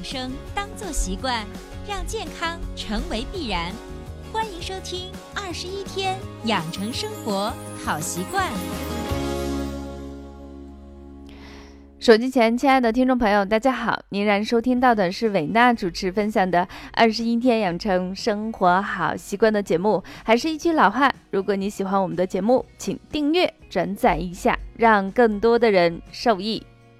生当作习惯，让健康成为必然。欢迎收听21天养成生活好习惯。 手机前亲爱的听众朋友大家好，您然收听到的是伟娜主持分享的21天养成生活好习惯的节目。还是一句老话，如果你喜欢我们的节目，请订阅转载一下，让更多的人受益。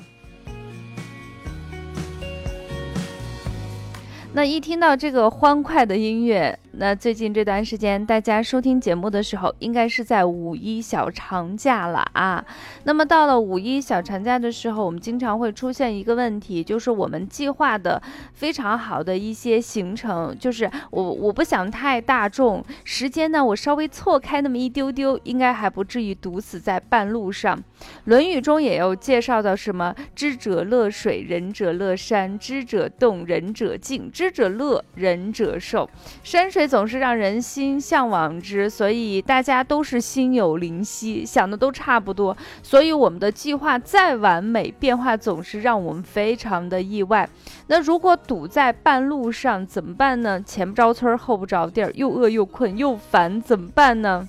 那一听到这个欢快的音乐，那最近这段时间大家收听节目的时候，应该是在五一小长假了啊。那么到了五一小长假的时候，我们经常会出现一个问题，就是我们计划的非常好的一些行程，就是我不想太大众，时间呢我稍微错开那么一丢丢，应该还不至于堵死在半路上。论语中也有介绍到什么知者乐水，仁者乐山，知者动，仁者静，知者乐，仁者寿。山水总是让人心向往之，所以大家都是心有灵犀，想的都差不多，所以我们的计划再完美，变化总是让我们非常的意外。那如果堵在半路上怎么办呢？前不着村后不着地儿，又饿又困又烦，怎么办呢？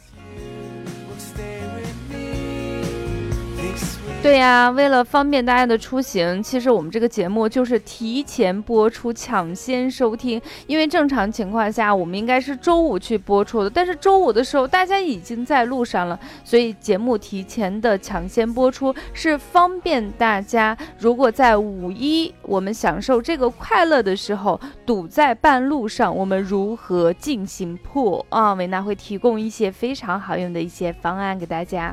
对呀，为了方便大家的出行，其实我们这个节目就是提前播出，抢先收听。因为正常情况下我们应该是周五去播出的，但是周五的时候大家已经在路上了，所以节目提前的抢先播出是方便大家，如果在五一我们享受这个快乐的时候堵在半路上，我们如何进行破啊？维娜会提供一些非常好用的一些方案给大家。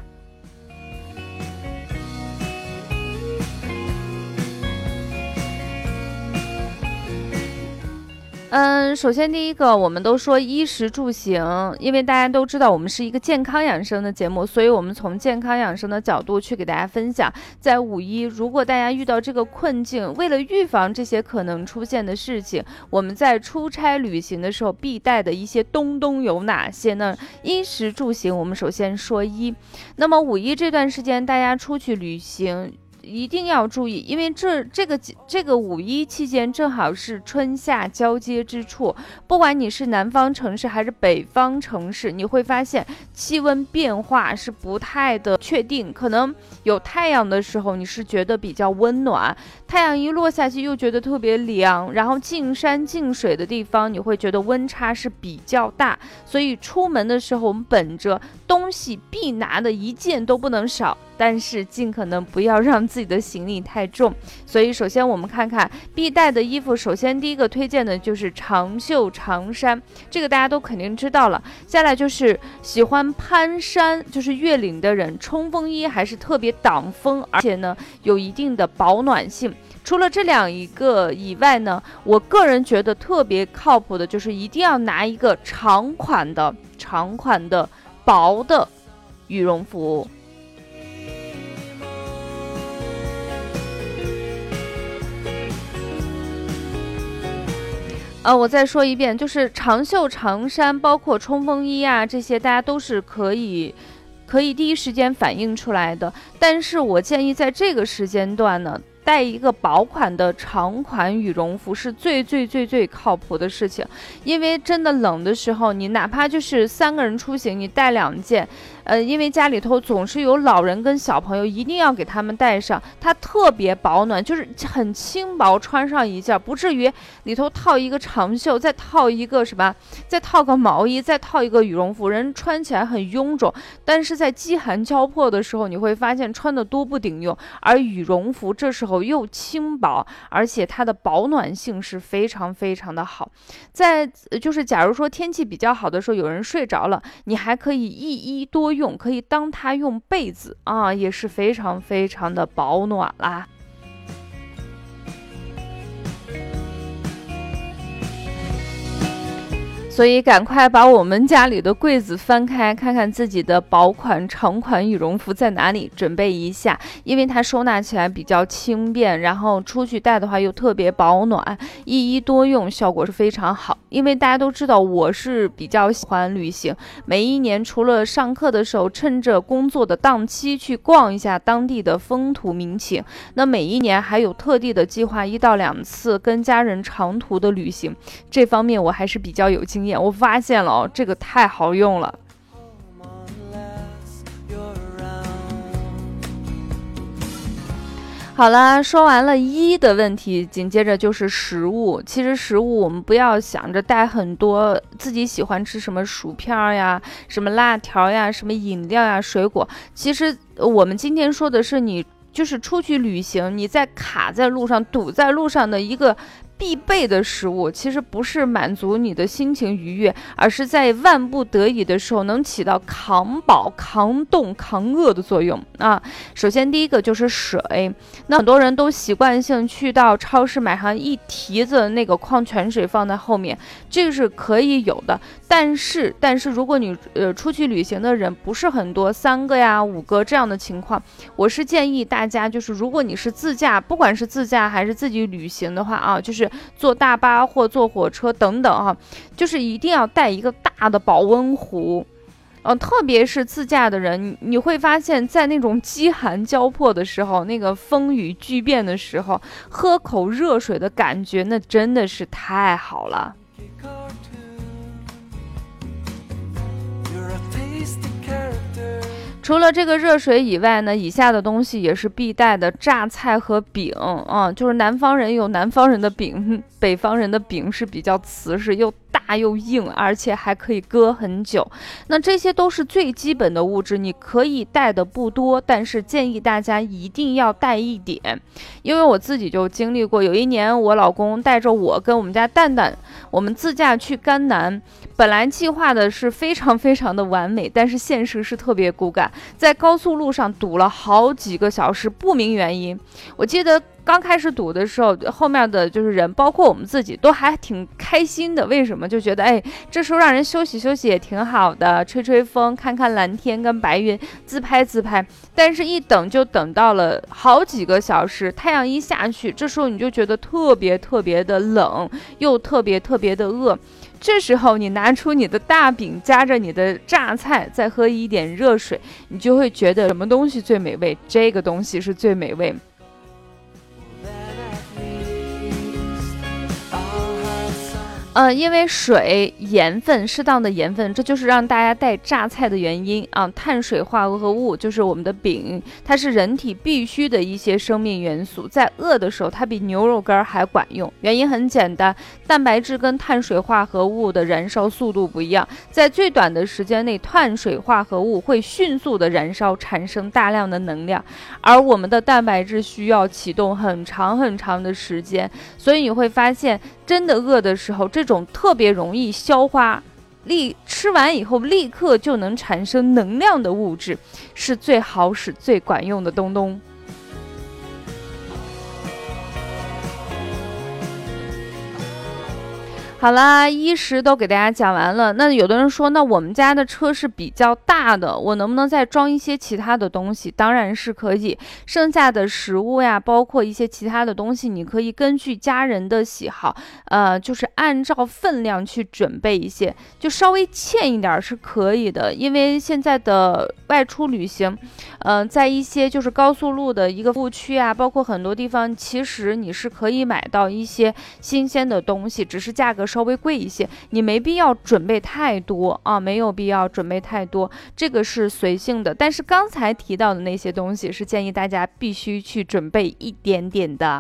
首先第一个，我们都说衣食住行，因为大家都知道我们是一个健康养生的节目，所以我们从健康养生的角度去给大家分享，在五一如果大家遇到这个困境，为了预防这些可能出现的事情，我们在出差旅行的时候必带的一些东东有哪些呢？衣食住行我们首先说衣。那么五一这段时间大家出去旅行一定要注意，因为这个五一期间正好是春夏交接之处，不管你是南方城市还是北方城市，你会发现气温变化是不太的确定，可能有太阳的时候你是觉得比较温暖，太阳一落下去又觉得特别凉，然后近山近水的地方你会觉得温差是比较大，所以出门的时候我们本着东西必拿的一件都不能少，但是尽可能不要让自己的行李太重。所以首先我们看看必带的衣服，首先第一个推荐的就是长袖长衫，这个大家都肯定知道了。下来就是喜欢攀山就是越岭的人，冲锋衣还是特别挡风，而且呢有一定的保暖性。除了这两个以外呢，我个人觉得特别靠谱的就是一定要拿一个长款的薄的羽绒服。我再说一遍，就是长袖长衫包括冲锋衣啊，这些大家都是可以第一时间反映出来的，但是我建议在这个时间段呢，带一个薄款的长款羽绒服是最靠谱的事情。因为真的冷的时候，你哪怕就是3个人出行，你带2件，因为家里头总是有老人跟小朋友，一定要给他们带上，它特别保暖，就是很轻薄，穿上一件不至于里头套一个长袖，再套一个再套个毛衣，再套一个羽绒服，人穿起来很臃肿，但是在饥寒交迫的时候，你会发现穿的多不顶用，而羽绒服这时候又轻薄，而且它的保暖性是非常的好。就是假如说天气比较好的时候，有人睡着了，你还可以一衣多用，可以当它用被子啊，也是非常的保暖啦。 所以赶快把我们家里的柜子翻开，看看自己的薄款、长款羽绒服在哪里，准备一下，因为它收纳起来比较轻便，然后出去带的话又特别保暖，一衣多用，效果是非常好。因为大家都知道我是比较喜欢旅行，每一年除了上课的时候趁着工作的档期去逛一下当地的风土民情，那每一年还有特地的计划1到2次跟家人长途的旅行，这方面我还是比较有经验。我发现了这个太好用了。好了，说完了衣的问题，紧接着就是食物。其实食物我们不要想着带很多自己喜欢吃什么薯片呀、什么辣条呀、什么饮料呀、水果。其实我们今天说的是你就是出去旅行，你在卡在路上、堵在路上的一个必备的食物，其实不是满足你的心情愉悦，而是在万不得已的时候能起到扛饱、扛冻、扛饿的作用啊。首先第一个就是水，那很多人都习惯性去到超市买上一提子那个矿泉水放在后面，这个是可以有的。但是如果你出去旅行的人不是很多，3个呀、5个这样的情况，我是建议大家就是如果你是自驾，不管是自驾还是自己旅行的话啊，就是坐大巴或坐火车等等啊，就是一定要带一个大的保温壶。特别是自驾的人，你会发现在那种饥寒交迫的时候，那个风雨巨变的时候，喝口热水的感觉那真的是太好了。除了这个热水以外呢，以下的东西也是必带的：榨菜和饼啊，就是南方人有南方人的饼，北方人的饼是比较瓷实又大又硬，而且还可以搁很久。那这些都是最基本的物质，你可以带的不多，但是建议大家一定要带一点。因为我自己就经历过，有一年我老公带着我跟我们家蛋蛋，我们自驾去甘南，本来计划的是非常非常的完美，但是现实是特别骨感，在高速路上堵了好几个小时，不明原因。我记得刚开始堵的时候，后面的就是人，包括我们自己都还挺开心的。为什么？就觉得这时候让人休息休息也挺好的，吹吹风，看看蓝天跟白云，自拍自拍。但是一等就等到了好几个小时，太阳一下去，这时候你就觉得特别特别的冷，又特别特别的饿。这时候你拿出你的大饼，夹着你的榨菜，再喝一点热水，你就会觉得什么东西最美味？这个东西是最美味。因为水、盐分，适当的盐分，这就是让大家带榨菜的原因啊。碳水化合物就是我们的饼，它是人体必须的一些生命元素，在饿的时候它比牛肉干还管用。原因很简单，蛋白质跟碳水化合物的燃烧速度不一样，在最短的时间内，碳水化合物会迅速的燃烧，产生大量的能量，而我们的蛋白质需要启动很长很长的时间，所以你会发现真的饿的时候，这种特别容易消化，吃完以后立刻就能产生能量的物质，是最好使、最管用的东东。好啦，衣食都给大家讲完了。那有的人说，那我们家的车是比较大的，我能不能再装一些其他的东西？当然是可以。剩下的食物呀，包括一些其他的东西，你可以根据家人的喜好，就是按照分量去准备一些，就稍微欠一点是可以的。因为现在的外出旅行，在一些就是高速路的一个服务区啊，包括很多地方，其实你是可以买到一些新鲜的东西，只是价格稍微贵一些，你没必要准备太多啊，没有必要准备太多，这个是随性的。但是刚才提到的那些东西是建议大家必须去准备一点点的。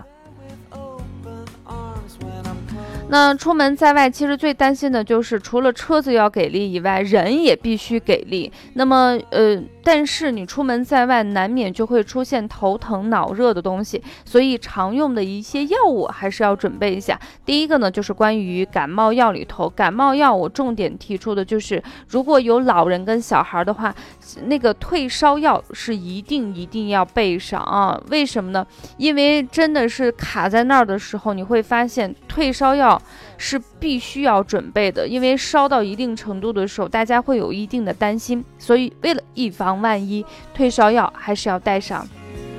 那出门在外，其实最担心的就是除了车子要给力以外，人也必须给力。那么但是你出门在外，难免就会出现头疼脑热的东西，所以常用的一些药物还是要准备一下。第一个呢，就是关于感冒药里头，感冒药我重点提出的就是，如果有老人跟小孩的话，那个退烧药是一定要备上啊。为什么呢？因为真的是卡在那儿的时候，你会发现退烧药药是必须要准备的，因为烧到一定程度的时候，大家会有一定的担心，所以为了以防万一，退烧药还是要带上。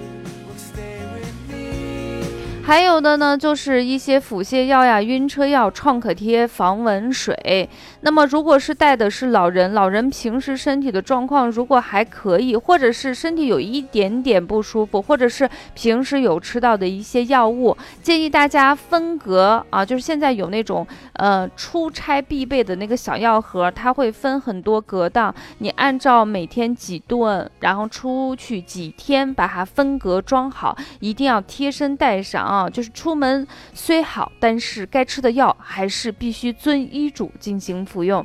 还有的呢，就是一些腹泻药呀、晕车药、创可贴、防蚊水。那么如果是带的是老人平时身体的状况如果还可以，或者是身体有一点点不舒服，或者是平时有吃到的一些药物，建议大家分隔啊，就是现在有那种出差必备的那个小药盒，它会分很多隔档，你按照每天几顿，然后出去几天，把它分隔装好，一定要贴身带上啊。就是出门虽好，但是该吃的药还是必须遵医嘱进行服用。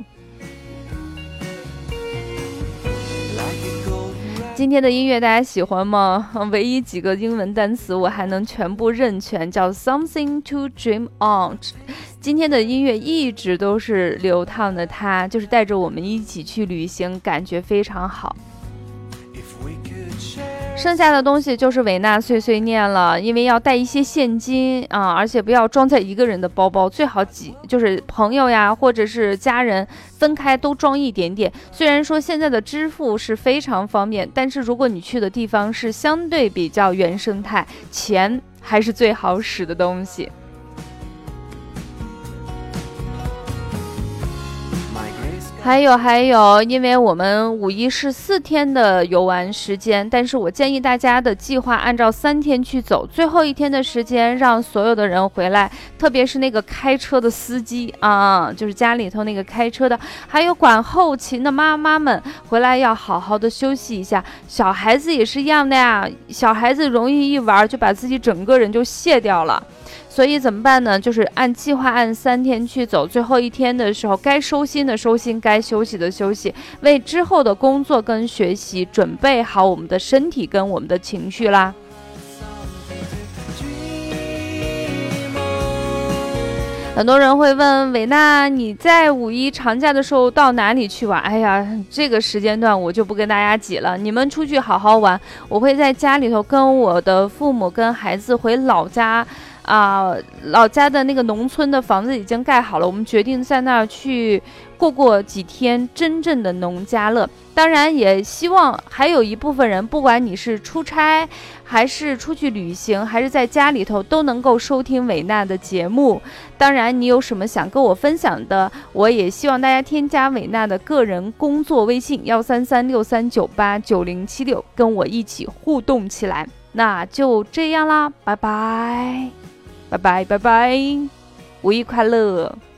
今天的音乐大家喜欢吗？唯一几个英文单词我还能全部认全，叫 Something to Dream On。 今天的音乐一直都是流淌的，它就是带着我们一起去旅行，感觉非常好。剩下的东西就是维纳碎碎念了，因为要带一些现金啊，而且不要装在一个人的包包，最好就是朋友呀或者是家人分开都装一点点。虽然说现在的支付是非常方便，但是如果你去的地方是相对比较原生态，钱还是最好使的东西。还有，因为我们5一是4天的游玩时间，但是我建议大家的计划按照3天去走，最后1天的时间让所有的人回来，特别是那个开车的司机啊，就是家里头那个开车的，还有管后勤的妈妈们回来要好好的休息一下。小孩子也是一样的呀，小孩子容易一玩就把自己整个人就卸掉了。所以怎么办呢？就是按计划按3天去走，最后1天的时候该收心的收心，该休息的休息，为之后的工作跟学习准备好我们的身体跟我们的情绪啦。很多人会问维娜，你在5一长假的时候到哪里去玩？哎呀，这个时间段我就不跟大家挤了，你们出去好好玩，我会在家里头跟我的父母跟孩子回老家老家的那个农村的房子已经盖好了，我们决定在那儿去过几天真正的农家乐。当然也希望还有一部分人，不管你是出差还是出去旅行还是在家里头，都能够收听维娜的节目。当然你有什么想跟我分享的，我也希望大家添加维娜的个人工作微信13363989076，跟我一起互动起来。那就这样啦，拜拜拜拜拜拜，5一快乐。